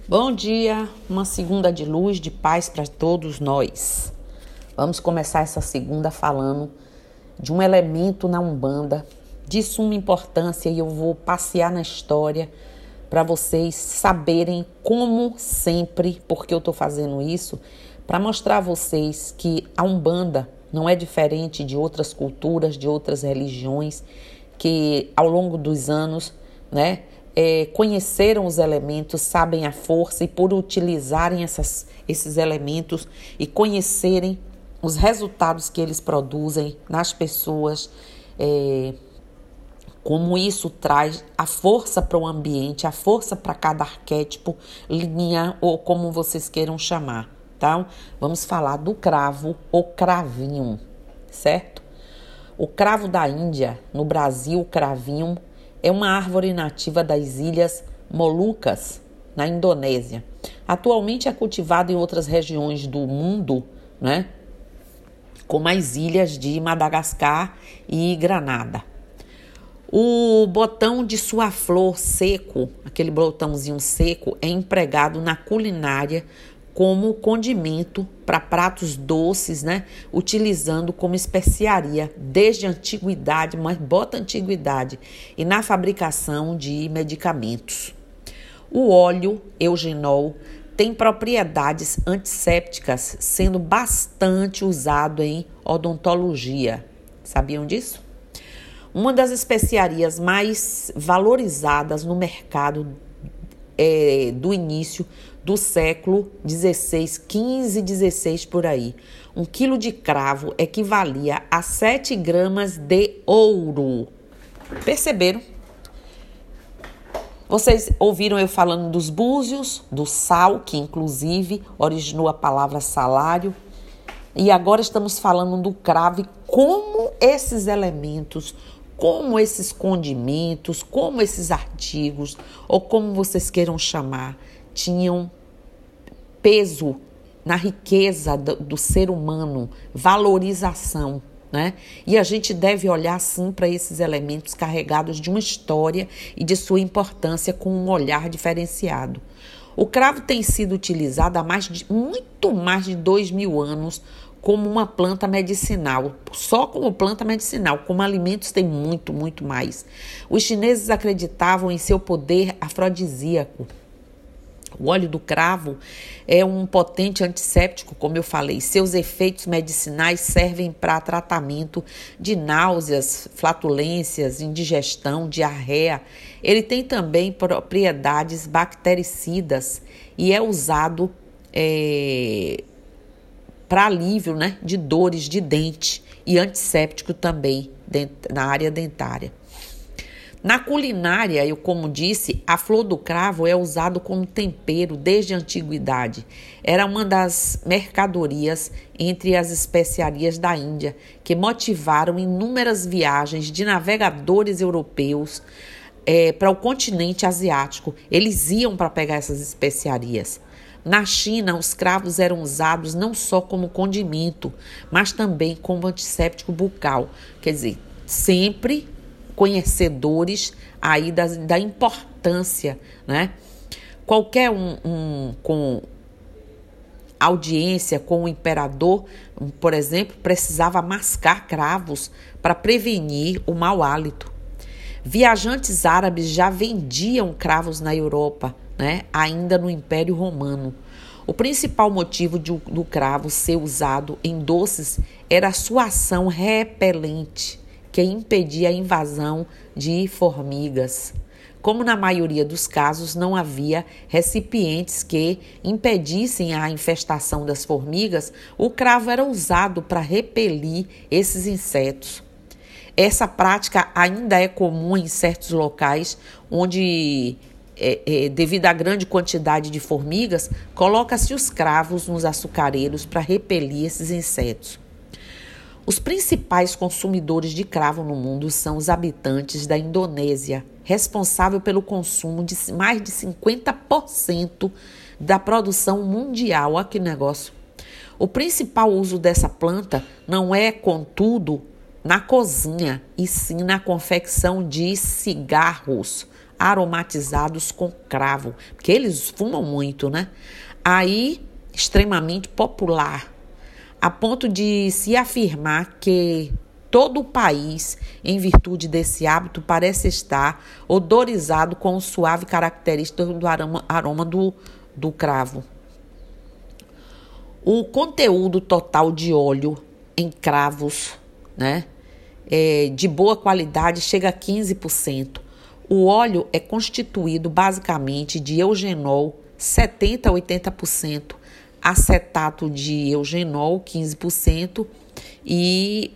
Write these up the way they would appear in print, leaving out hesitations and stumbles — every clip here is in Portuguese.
Bom dia, uma segunda de luz, de paz para todos nós. Vamos começar essa segunda falando de um elemento na Umbanda de suma importância e eu vou passear na história para vocês saberem como sempre, porque eu estou fazendo isso, para mostrar a vocês que a Umbanda não é diferente de outras culturas, de outras religiões que ao longo dos anos, conheceram os elementos, sabem a força e por utilizarem esses elementos e conhecerem os resultados que eles produzem nas pessoas, como isso traz a força para o ambiente, a força para cada arquétipo, linha ou como vocês queiram chamar, tá? Vamos falar do cravo ou cravinho, certo? O cravo da Índia, no Brasil, o cravinho, é uma árvore nativa das ilhas Molucas, na Indonésia. Atualmente é cultivado em outras regiões do mundo, como as ilhas de Madagascar e Granada. O botão de sua flor seco, aquele botãozinho seco, é empregado na culinária como condimento para pratos doces, utilizando como especiaria desde a antiguidade, mas bota antiguidade, e na fabricação de medicamentos. O óleo eugenol tem propriedades antissépticas, sendo bastante usado em odontologia. Sabiam disso? Uma das especiarias mais valorizadas no mercado do início do século XVI, 15 e 16 por aí. 1 quilo de cravo equivalia a 7 gramas de ouro. Perceberam? Vocês ouviram eu falando dos búzios, do sal, que inclusive originou a palavra salário. E agora estamos falando do cravo e como esses elementos, como esses condimentos, como esses artigos, ou como vocês queiram chamar, tinham peso na riqueza do ser humano, valorização, E a gente deve olhar sim para esses elementos carregados de uma história e de sua importância com um olhar diferenciado. O cravo tem sido utilizado há muito mais de 2.000 anos como uma planta medicinal, só como planta medicinal, como alimentos tem muito, muito mais. Os chineses acreditavam em seu poder afrodisíaco. O óleo do cravo é um potente antisséptico, como eu falei. Seus efeitos medicinais servem para tratamento de náuseas, flatulências, indigestão, diarreia. Ele tem também propriedades bactericidas e é usado para alívio, de dores de dente e antisséptico também na área dentária. Na culinária, eu como disse, a flor do cravo é usada como tempero desde a antiguidade. Era uma das mercadorias entre as especiarias da Índia, que motivaram inúmeras viagens de navegadores europeus para o continente asiático. Eles iam para pegar essas especiarias. Na China, os cravos eram usados não só como condimento, mas também como antisséptico bucal. Quer dizer, sempre conhecedores aí da importância, Qualquer um com audiência com o imperador, por exemplo, precisava mascar cravos para prevenir o mau hálito. Viajantes árabes já vendiam cravos na Europa, ainda no Império Romano. O principal motivo do cravo ser usado em doces era a sua ação repelente, que impedia a invasão de formigas. Como na maioria dos casos não havia recipientes que impedissem a infestação das formigas, o cravo era usado para repelir esses insetos. Essa prática ainda é comum em certos locais onde, devido à grande quantidade de formigas, coloca-se os cravos nos açucareiros para repelir esses insetos. Os principais consumidores de cravo no mundo são os habitantes da Indonésia, responsável pelo consumo de mais de 50% da produção mundial. Olha que negócio. O principal uso dessa planta não é, contudo, na cozinha, e sim na confecção de cigarros, aromatizados com cravo, porque eles fumam muito, né? Aí, extremamente popular, a ponto de se afirmar que todo o país, em virtude desse hábito, parece estar odorizado com o suave característico do aroma do cravo. O conteúdo total de óleo em cravos, né, de boa qualidade chega a 15%. O óleo é constituído basicamente de eugenol, 70% a 80%, acetato de eugenol, 15%, e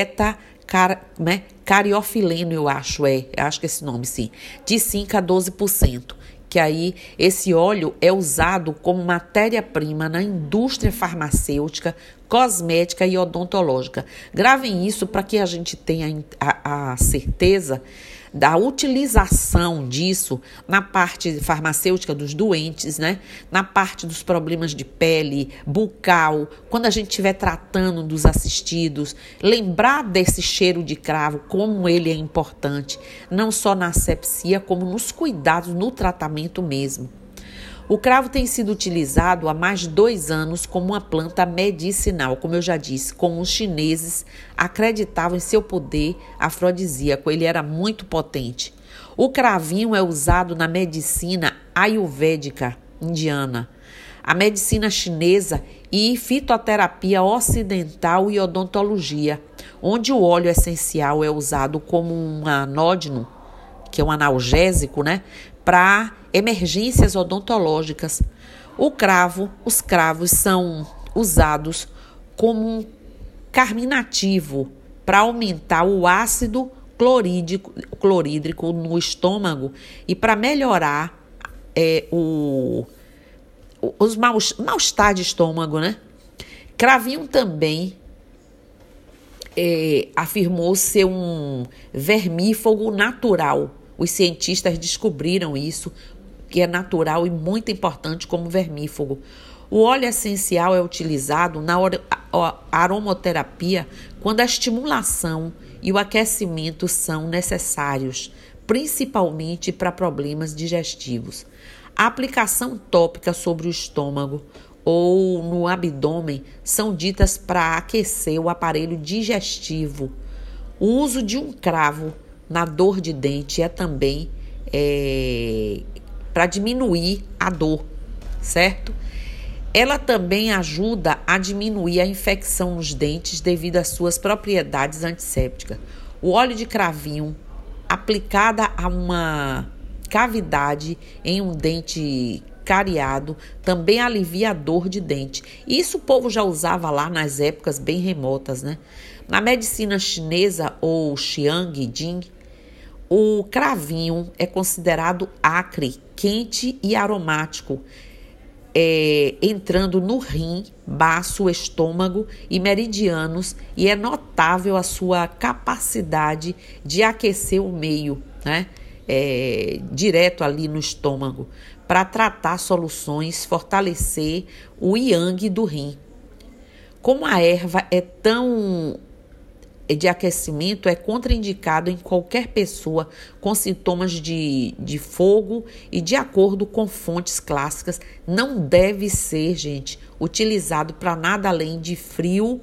cariofileno, eu acho que é esse nome, sim, de 5% a 12%. Que aí esse óleo é usado como matéria-prima na indústria farmacêutica, cosmética e odontológica. Gravem isso para que a gente tenha a certeza da utilização disso na parte farmacêutica dos doentes, né? Na parte dos problemas de pele, bucal, quando a gente estiver tratando dos assistidos, lembrar desse cheiro de cravo, como ele é importante, não só na asepsia, como nos cuidados, no tratamento mesmo. O cravo tem sido utilizado há mais de 2 anos como uma planta medicinal, como eu já disse, como os chineses acreditavam em seu poder afrodisíaco, ele era muito potente. O cravinho é usado na medicina ayurvédica indiana, a medicina chinesa e fitoterapia ocidental e odontologia, onde o óleo essencial é usado como um anódino, que é um analgésico, né, para emergências odontológicas. Os cravos são usados como um carminativo para aumentar o ácido clorídrico no estômago e para melhorar os mal-estar de estômago, né? Cravinho também afirmou ser um vermífugo natural. Os cientistas descobriram isso, que é natural e muito importante como vermífugo. O óleo essencial é utilizado na aromaterapia quando a estimulação e o aquecimento são necessários, principalmente para problemas digestivos. A aplicação tópica sobre o estômago ou no abdômen são ditas para aquecer o aparelho digestivo. O uso de um cravo na dor de dente é também para diminuir a dor, certo? Ela também ajuda a diminuir a infecção nos dentes devido às suas propriedades antissépticas. O óleo de cravinho aplicada a uma cavidade em um dente cariado também alivia a dor de dente. Isso o povo já usava lá nas épocas bem remotas, né? Na medicina chinesa ou Xiang Jin, o cravinho é considerado acre, quente e aromático, entrando no rim, baço, estômago e meridianos, e é notável a sua capacidade de aquecer o meio, né? Direto ali no estômago, para tratar soluções, fortalecer o yang do rim. Como a erva é tão de aquecimento, é contraindicado em qualquer pessoa com sintomas de fogo e, de acordo com fontes clássicas, não deve ser, gente, utilizado para nada além de frio,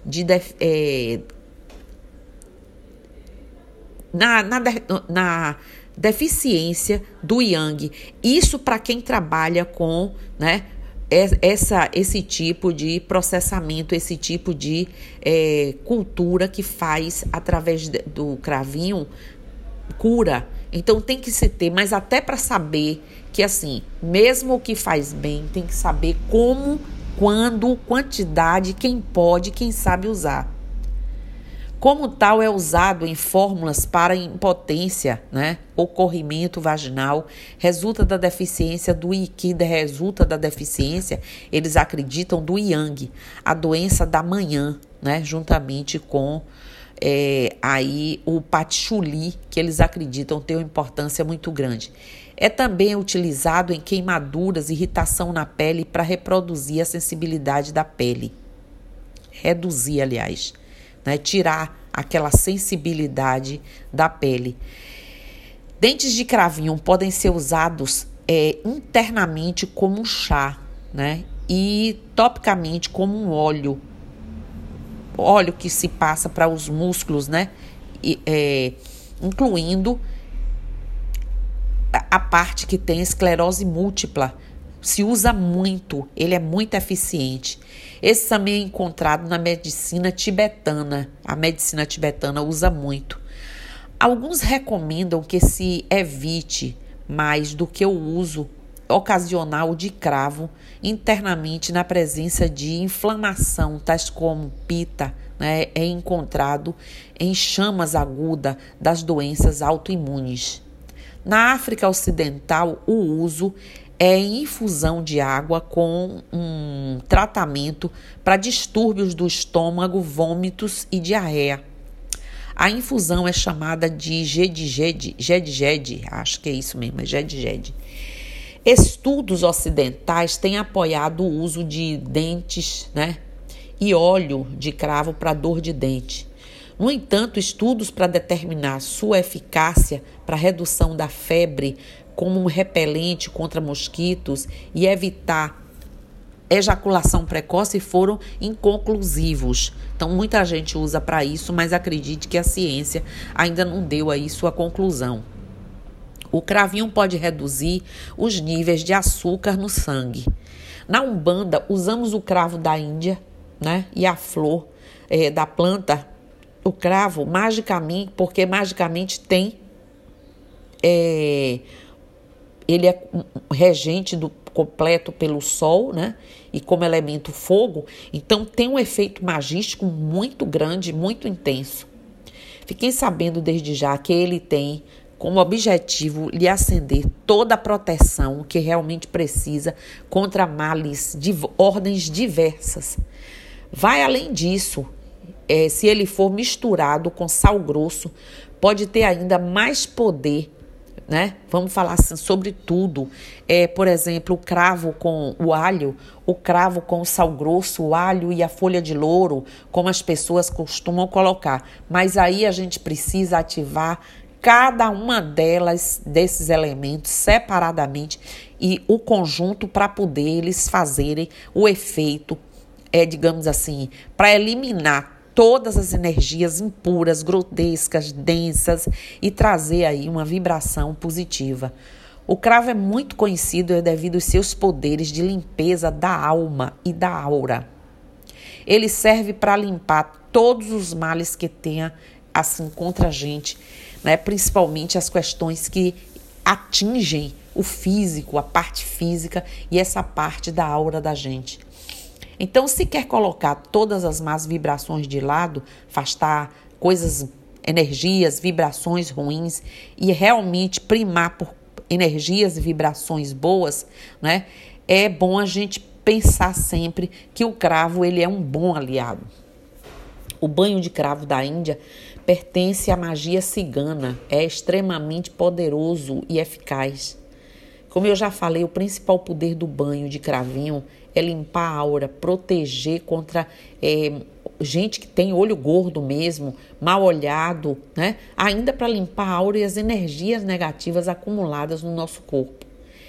na deficiência do yang. Isso para quem trabalha com, né, esse tipo de processamento, esse tipo de cultura que faz através do cravinho cura. Então tem que se ter, mas até para saber que, assim, mesmo o que faz bem, tem que saber como, quando, quantidade, quem pode, quem sabe usar. Como tal, é usado em fórmulas para impotência, né? Ou corrimento vaginal, resulta da deficiência eles acreditam, do yang, a doença da manhã, né? Juntamente com aí o patchouli, que eles acreditam ter uma importância muito grande. É também utilizado em queimaduras, irritação na pele, para reproduzir a sensibilidade da pele. Reduzir, aliás. Né, tirar aquela sensibilidade da pele. Dentes de cravinho podem ser usados internamente como um chá, né? E topicamente como um óleo que se passa para os músculos, né? Incluindo a parte que tem esclerose múltipla. Se usa muito, ele é muito eficiente. Esse também é encontrado na medicina tibetana. A medicina tibetana usa muito. Alguns recomendam que se evite mais do que o uso ocasional de cravo internamente na presença de inflamação, tais como pita, né, é encontrado em chamas agudas das doenças autoimunes. Na África Ocidental, o uso é em infusão de água com um tratamento para distúrbios do estômago, vômitos e diarreia. A infusão é chamada de ged, acho que é isso mesmo, é ged. Estudos ocidentais têm apoiado o uso de dentes, né, e óleo de cravo para dor de dente. No entanto, estudos para determinar sua eficácia para redução da febre como um repelente contra mosquitos e evitar ejaculação precoce foram inconclusivos. Então, muita gente usa para isso, mas acredite que a ciência ainda não deu aí sua conclusão. O cravinho pode reduzir os níveis de açúcar no sangue. Na Umbanda, usamos o cravo da Índia, né, e a flor da planta, o cravo, porque magicamente tem... ele é regente completo pelo sol, né? E como elemento fogo, então tem um efeito magístico muito grande, muito intenso. Fiquem sabendo desde já que ele tem como objetivo lhe acender toda a proteção que realmente precisa contra males de ordens diversas. Vai além disso, se ele for misturado com sal grosso, pode ter ainda mais poder, né? Vamos falar assim, sobre tudo. Por exemplo, o cravo com o alho, o cravo com o sal grosso, o alho e a folha de louro, como as pessoas costumam colocar. Mas aí a gente precisa ativar cada uma desses elementos separadamente e o conjunto para poder eles fazerem o efeito, digamos assim, para eliminar todas as energias impuras, grotescas, densas e trazer aí uma vibração positiva. O cravo é muito conhecido devido aos seus poderes de limpeza da alma e da aura. Ele serve para limpar todos os males que tenha assim contra a gente, né? Principalmente as questões que atingem o físico, a parte física e essa parte da aura da gente. Então, se quer colocar todas as más vibrações de lado, afastar coisas, energias, vibrações ruins e realmente primar por energias e vibrações boas, né? É bom a gente pensar sempre que o cravo ele é um bom aliado. O banho de cravo da Índia pertence à magia cigana, é extremamente poderoso e eficaz. Como eu já falei, o principal poder do banho de cravinho é limpar a aura, proteger contra gente que tem olho gordo mesmo, mal olhado, né? Ainda para limpar a aura e as energias negativas acumuladas no nosso corpo.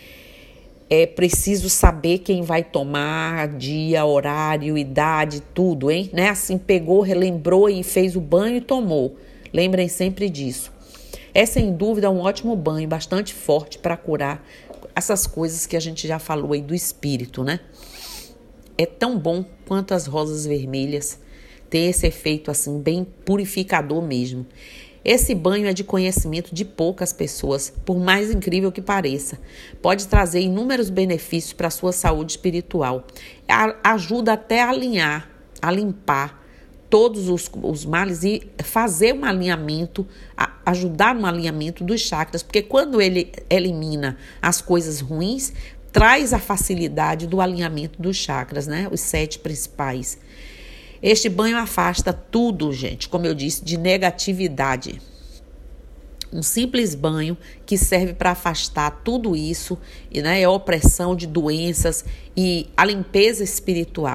É preciso saber quem vai tomar, dia, horário, idade, tudo, hein? Né? Assim, pegou, relembrou e fez o banho e tomou. Lembrem sempre disso. É, sem dúvida, um ótimo banho, bastante forte para curar essas coisas que a gente já falou aí do espírito, né? É tão bom quanto as rosas vermelhas, ter esse efeito assim bem purificador mesmo. Esse banho é de conhecimento de poucas pessoas, por mais incrível que pareça. Pode trazer inúmeros benefícios para a sua saúde espiritual. Ajuda até a alinhar, a limpar todos os males e fazer um alinhamento, ajudar no alinhamento dos chakras, porque quando ele elimina as coisas ruins, traz a facilidade do alinhamento dos chakras, né? Os 7 principais. Este banho afasta tudo, gente, como eu disse, de negatividade. Um simples banho que serve para afastar tudo isso, né? É a opressão de doenças e a limpeza espiritual.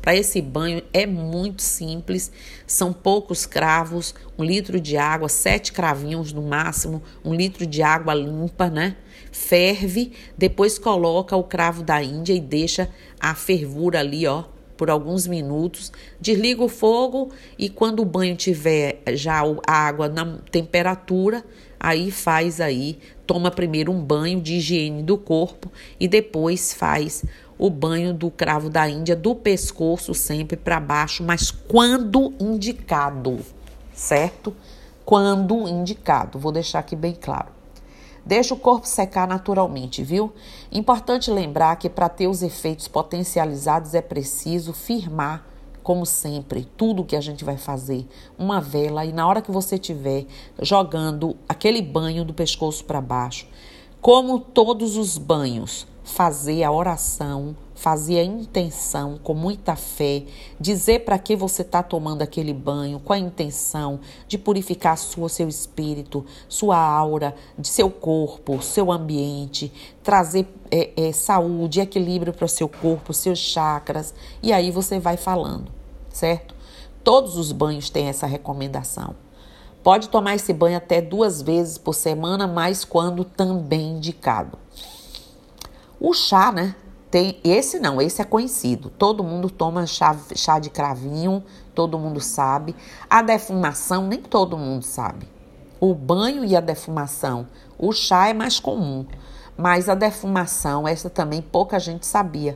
Para esse banho é muito simples, são poucos cravos, 1 litro de água, 7 cravinhos no máximo, 1 litro de água limpa, né? Ferve, depois coloca o cravo da Índia e deixa a fervura ali, ó, por alguns minutos. Desliga o fogo e quando o banho tiver já a água na temperatura, aí toma primeiro um banho de higiene do corpo e depois faz o banho do cravo da Índia, do pescoço sempre para baixo, mas quando indicado, certo? Quando indicado, vou deixar aqui bem claro. Deixa o corpo secar naturalmente, viu? Importante lembrar que para ter os efeitos potencializados é preciso firmar, como sempre, tudo que a gente vai fazer, uma vela, e na hora que você estiver jogando aquele banho do pescoço para baixo, como todos os banhos, fazer a oração, fazer a intenção com muita fé, dizer para que você está tomando aquele banho, com a intenção de purificar seu espírito, sua aura, de seu corpo, seu ambiente, trazer saúde, equilíbrio para o seu corpo, seus chakras, e aí você vai falando, certo? Todos os banhos têm essa recomendação. Pode tomar esse banho até 2 vezes por semana, mas quando também indicado. O chá, né? Esse é conhecido. Todo mundo toma chá de cravinho, todo mundo sabe. A defumação, nem todo mundo sabe. O banho e a defumação. O chá é mais comum, mas a defumação, essa também pouca gente sabe.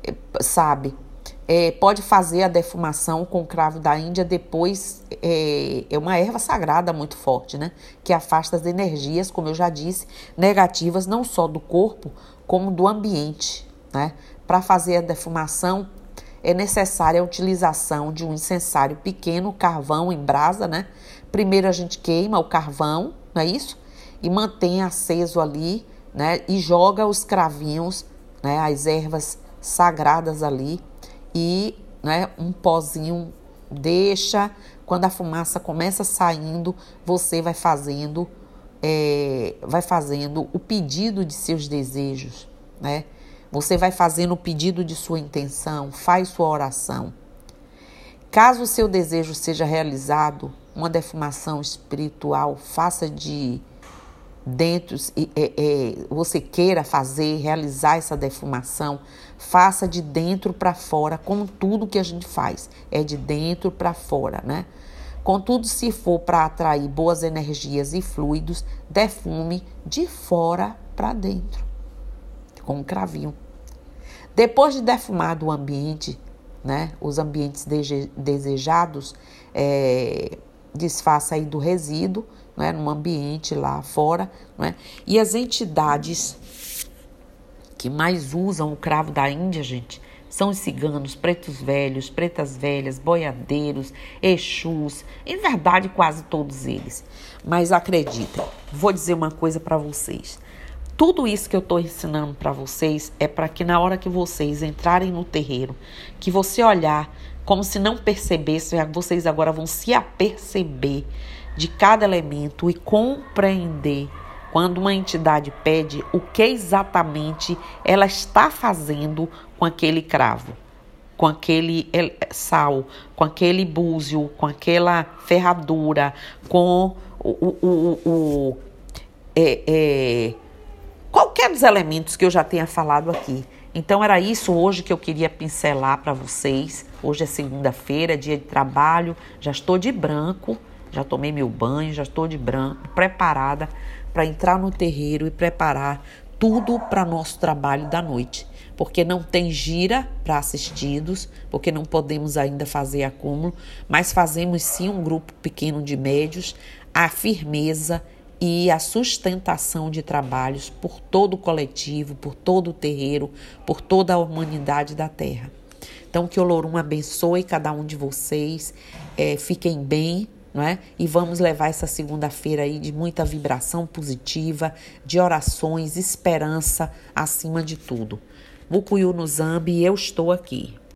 Pode fazer a defumação com o cravo da Índia depois, é uma erva sagrada muito forte, né? Que afasta as energias, como eu já disse, negativas não só do corpo, como do ambiente, né? Para fazer a defumação é necessária a utilização de um incensário pequeno, carvão em brasa, né? Primeiro a gente queima o carvão, não é isso? E mantém aceso ali, né? E joga os cravinhos, né? As ervas sagradas ali e, né? Um pozinho, deixa, quando a fumaça começa saindo, você vai fazendo o pedido de seus desejos, né? Você vai fazendo o pedido de sua intenção, faz sua oração. Caso o seu desejo seja realizado, uma defumação espiritual, faça de dentro, você queira realizar essa defumação, faça de dentro para fora, como tudo que a gente faz, é de dentro para fora, né? Contudo, se for para atrair boas energias e fluidos, defume de fora para dentro, com um cravinho. Depois de defumado o ambiente, né, os ambientes desejados, desfaça aí do resíduo, né, no ambiente lá fora, né? E as entidades que mais usam o cravo da Índia, gente, são os ciganos, pretos velhos, pretas velhas, boiadeiros, exus, em verdade quase todos eles. Mas acreditem, vou dizer uma coisa para vocês. Tudo isso que eu estou ensinando para vocês é para que na hora que vocês entrarem no terreiro, que você olhar como se não percebesse, vocês agora vão se aperceber de cada elemento e compreender quando uma entidade pede o que exatamente ela está fazendo com aquele cravo, com aquele sal, com aquele búzio, com aquela ferradura, com qualquer dos elementos que eu já tenha falado aqui. Então era isso hoje que eu queria pincelar para vocês. Hoje é segunda-feira, dia de trabalho, já estou de branco, já tomei meu banho, já estou de branco, preparada para entrar no terreiro e preparar tudo para nosso trabalho da noite. Porque não tem gira para assistidos, porque não podemos ainda fazer acúmulo, mas fazemos sim um grupo pequeno de médios, a firmeza e a sustentação de trabalhos por todo o coletivo, por todo o terreiro, por toda a humanidade da Terra. Então, que o Olorum abençoe cada um de vocês, fiquem bem, não é? E vamos levar essa segunda-feira aí de muita vibração positiva, de orações, esperança acima de tudo. Mucuyu no Zambi, eu estou aqui.